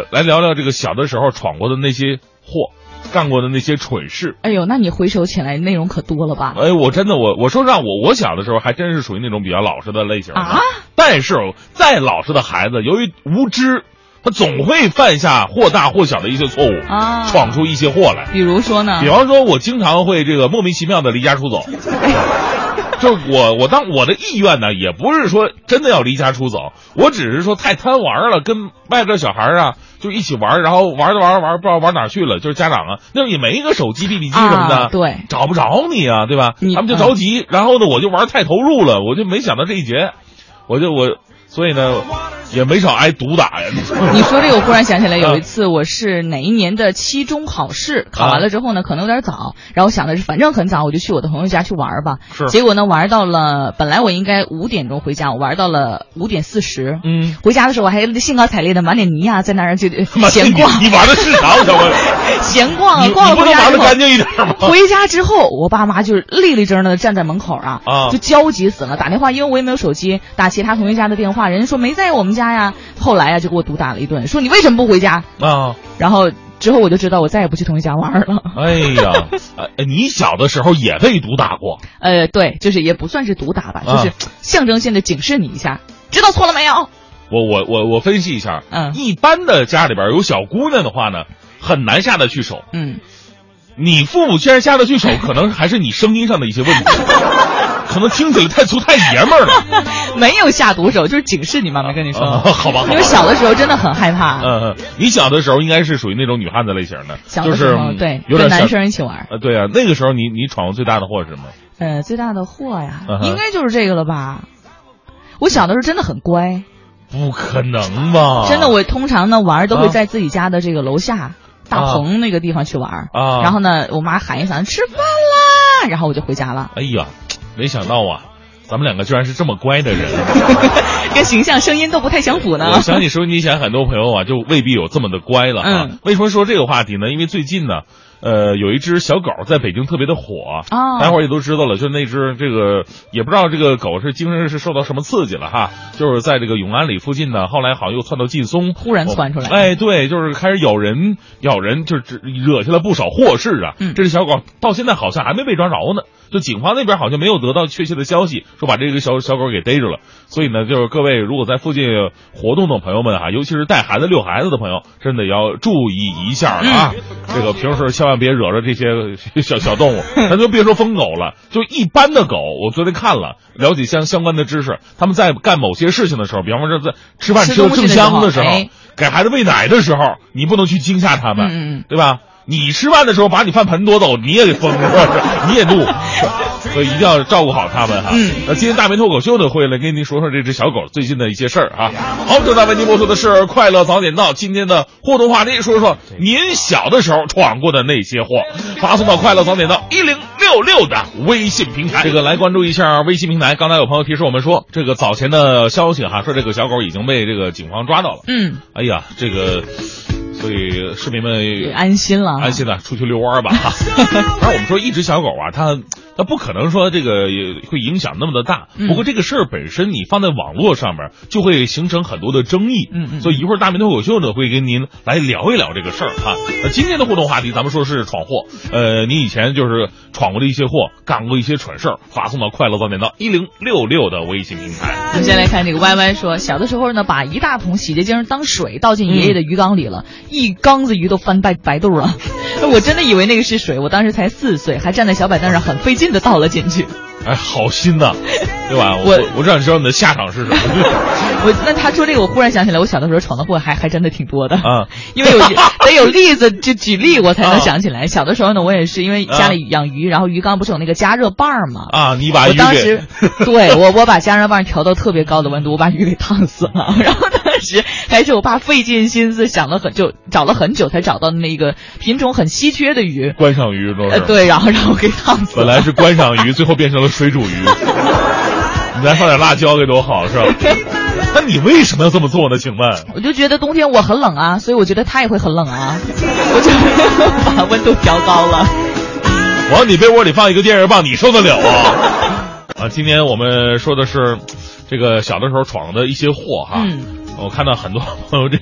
来聊聊这个小的时候闯过的那些祸，干过的那些蠢事。 哎呦，那你回首起来内容可多了吧？ 哎，我真的我说实话，我小的时候还真是属于那种比较老实的类型的啊。 但是再老实的孩子，由于无知，他总会犯下或大或小的一些错误啊， 闯出一些祸来。 比如说呢？ 比方说，我经常会这个莫名其妙的离家出走。就我的意愿呢，也不是说真的要离家出走，我只是说太贪玩了，跟外边的小孩啊就一起玩，然后玩不知道玩哪去了，就是家长啊，那也没一个手机 BB 机什么的， 对， 找不着你啊，对吧？他们就着急，然后呢，我就玩太投入了，我就没想到这一节，所以呢，也没少挨毒打呀。 你说这个，我忽然想起来，有一次我是哪一年的期中考试，考完了之后呢，可能有点早，然后我想的是反正很早，我就去我的朋友家去玩吧。 是。 结果呢，玩到了，本来我应该5点钟回家，我玩到了5点40。回家的时候我还兴高采烈的满脸泥啊，在那儿就闲逛。 你玩的是啥？ 闲逛，逛了回家之后，你不能玩的干净一点吗？ 回家之后，我爸妈就是立立正的站在门口啊，就焦急死了，打电话，因为我也没有手机，打其他同学家的电话，人家说没在我们家呀。后来就给我毒打了一顿，说你为什么不回家啊？然后之后我就知道我再也不去同学家玩了。 哎呀，你小的时候也被毒打过？ 对，就是也不算是毒打吧，就是象征性的警示你一下，知道错了没有？ 我分析一下，一般的家里边有小姑娘的话呢，很难下得去手。你父母既然下得去手，可能还是你声音上的一些问题。可能听起来太粗太爷们儿了。 没有下毒手，就是警示你妈没跟你说。 好吧。 因为小的时候真的很害怕。 你小的时候应该是属于那种女汉子类型的， 小的时候对， 有点跟男生一起玩。 对啊，那个时候你闯过最大的祸是什么？ 最大的祸呀，应该就是这个了吧。我小的时候真的很乖。 不可能吧？ 真的，我通常呢玩都会在自己家的这个楼下大棚那个地方去玩然后呢，我妈喊一嗓吃饭啦，然后我就回家了。 哎呀，没想到啊，咱们两个居然是这么乖的人， 跟形象声音都不太相符呢。 我相信收音机前很多朋友啊，就未必有这么的乖了啊。为什么说这个话题呢？因为最近呢，有一只小狗在北京特别的火大家伙也都知道了，就那只这个也不知道这个狗是精神是受到什么刺激了哈，就是在这个永安里附近呢，后来好像又窜到劲松， 忽然窜出来， 哎，对，就是开始咬人，就是惹下了不少祸事啊。这只小狗到现在好像还没被抓着呢，就警方那边好像没有得到确切的消息，说把这个小狗给逮着了。所以呢，就是各位如果在附近活动的朋友们啊，尤其是带孩子遛孩子的朋友，真的要注意一下啊。这个平时千万别惹着这些小动物，咱就别说疯狗了，就一般的狗，我昨天看了，了解相关的知识，他们在干某些事情的时候，比方说在吃饭吃的正香的时候，给孩子喂奶的时候，你不能去惊吓他们，对吧？你吃饭的时候把你饭盆夺走，你也得疯，你也怒，所以一定要照顾好他们哈。那今天大明脱口秀呢会来跟您说说这只小狗最近的一些事儿啊。好，正在为您播出的是快乐早点到，今天的互动话题说说您小的时候闯过的那些祸，发送到快乐早点到1066的微信平台。这个来关注一下微信平台。刚才有朋友提示我们说，这个早前的消息哈，说这个小狗已经被这个警方抓到了。哎呀，这个。所以市民们安心了， 出去遛弯吧。当然，我们说一只小狗啊，它不可能说这个也会影响那么的大。不过这个事儿本身，你放在网络上面就会形成很多的争议。所以一会儿大明脱口秀呢会跟您来聊一聊这个事儿哈。今天的互动话题，咱们说是闯祸。你以前就是闯过的一些祸，干过一些蠢事儿，发送到快乐早点到1066的微信平台。 我们先来看这个 YY 说，小的时候呢，把一大桶洗洁精当水倒进爷爷的鱼缸里了。一缸子鱼都翻白肚了，我真的以为那个是水，我当时才4岁，还站在小板凳上很费劲的倒了进去。 哎，好心呐，对吧？我让你知道你的下场是什么。 那他说这个，我忽然想起来，我小的时候闯的祸还真的挺多的啊，因为得有例子就举例我才能想起来。小的时候呢，我也是因为家里养鱼，然后鱼缸不是有那个加热棒吗？ 啊，你把鱼我当时对我把加热棒调到特别高的温度，我把鱼给烫死了。然后当时还是我爸费尽心思想了就找了很久才找到那个品种很稀缺的鱼， 观赏鱼都是对，然后让我给烫死了。 本来是观赏鱼，最后变成了水煮鱼。你再放点辣椒给多好是吧？那你为什么要这么做呢？请问？ 我就觉得冬天我很冷啊，所以我觉得他也会很冷啊，我就把温度调高了。 往你被窝里放一个电热棒，你受得了啊？今天我们说的是这个小的时候闯的一些祸哈。我看到很多朋友这个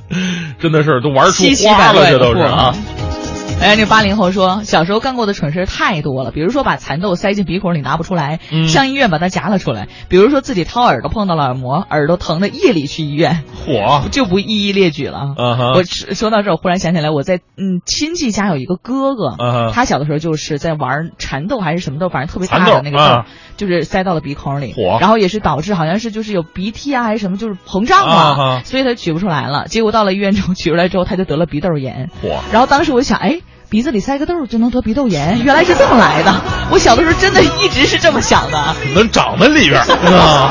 真的是都玩出花了，这都是啊。 哎，这80后说，小时候干过的蠢事太多了，比如说把蚕豆塞进鼻孔里拿不出来，上医院把它夹了出来；比如说自己掏耳朵碰到了耳膜，耳朵疼的夜里去医院。 嚯， 就不一一列举了。我说到这儿，我忽然想起来，我在亲戚家有一个哥哥，他小的时候就是在玩蚕豆还是什么豆，反正特别大的那个豆，就是塞到了鼻孔里，然后也是导致好像是就是有鼻涕啊还是什么，就是膨胀了，所以他取不出来了。结果到了医院之后取出来之后，他就得了鼻窦炎。然后当时我想，哎，鼻子里塞个豆就能得鼻窦炎，原来是这么来的。我小的时候真的一直是这么想的， 能长在里边啊。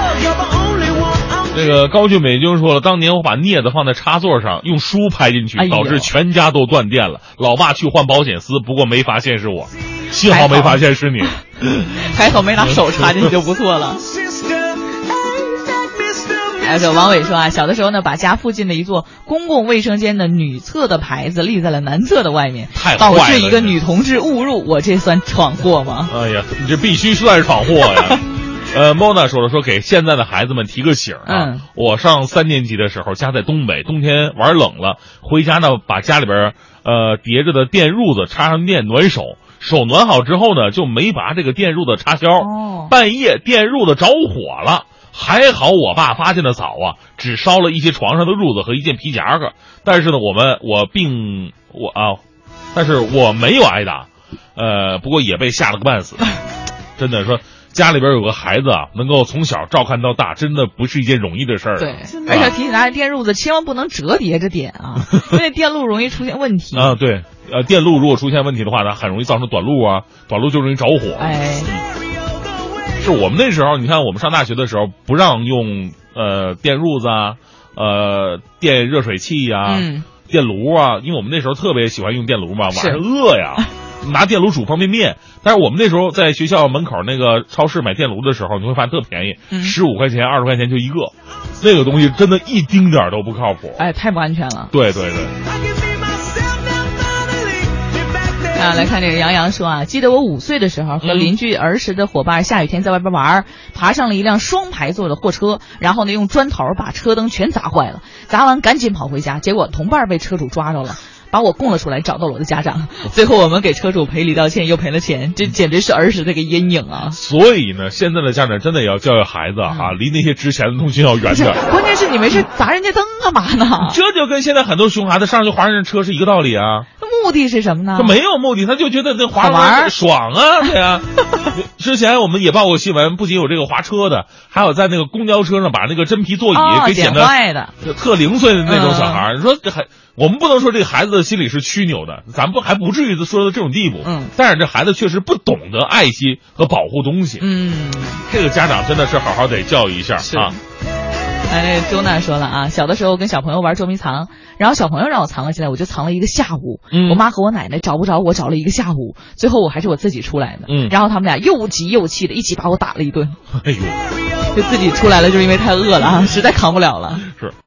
这个高俊美就说了，当年我把镊子放在插座上，用书拍进去，导致全家都断电了。老爸去换保险丝，不过没发现是我，幸好没发现是你， 还好没拿手插进去就不错了。还有这王伟说啊，小的时候呢，把家附近的一座公共卫生间的女厕的牌子立在了男厕的外面，导致一个女同志误入，我这算闯祸吗？ 哎呀，你这必须算是闯祸呀。Mona 说了，说给现在的孩子们提个醒啊。我上3年级的时候，家在东北，冬天玩冷了，回家呢把家里边叠着的电褥子插上电暖手，手暖好之后呢，就没拔这个电褥子插销，半夜电褥子着火了。还好我爸发现的早啊，只烧了一些床上的褥子和一件皮夹克，但是呢，但是我没有挨打，不过也被吓了个半死。真的说，家里边有个孩子啊，能够从小照看到大，真的不是一件容易的事儿。 对，而且提醒大家，电褥子千万不能折叠着点啊，因为电路容易出现问题啊。对，电路如果出现问题的话呢，很容易造成短路啊，短路就容易着火。 哎。 是我们那时候，你看我们上大学的时候不让用电褥子啊，电热水器啊，电炉啊，因为我们那时候特别喜欢用电炉嘛，晚上饿呀，拿电炉煮方便面。但是我们那时候在学校门口那个超市买电炉的时候，你会发现特便宜，15块钱、20块钱就一个，那个东西真的一丁点都不靠谱， 哎，太不安全了。 对对对。 来看这个杨洋说啊，记得我5岁的时候和邻居儿时的伙伴下雨天在外边玩，爬上了一辆双排座的货车，然后呢用砖头把车灯全砸坏了，砸完赶紧跑回家，结果同伴被车主抓着了，把我供了出来，找到了我的家长，最后我们给车主赔礼道歉又赔了钱，这简直是儿时的一个阴影啊。 所以呢，现在的家长真的也要教育孩子啊，离那些值钱的东西要远点。 关键是你没事砸人家灯干嘛呢？ 这就跟现在很多熊孩子上去划人家车是一个道理啊。 目的是什么呢？ 他没有目的，他就觉得那滑玩爽啊，对啊。之前我们也报过新闻，不仅有这个滑车的，还有在那个公交车上把那个真皮座椅给剪得特零碎的那种小孩。你说这我们不能说这个孩子的心理是曲扭的，咱们还不至于说到这种地步。但是这孩子确实不懂得爱惜和保护东西。这个家长真的是好好得教育一下啊。 那周娜说了啊，小的时候跟小朋友玩捉迷藏，然后小朋友让我藏了起来，我就藏了一个下午。我妈和我奶奶找不着我，找了一个下午，最后我还是我自己出来的。然后他们俩又急又气的一起把我打了一顿。哎呦，就自己出来了，就是因为太饿了啊，实在扛不了了。是。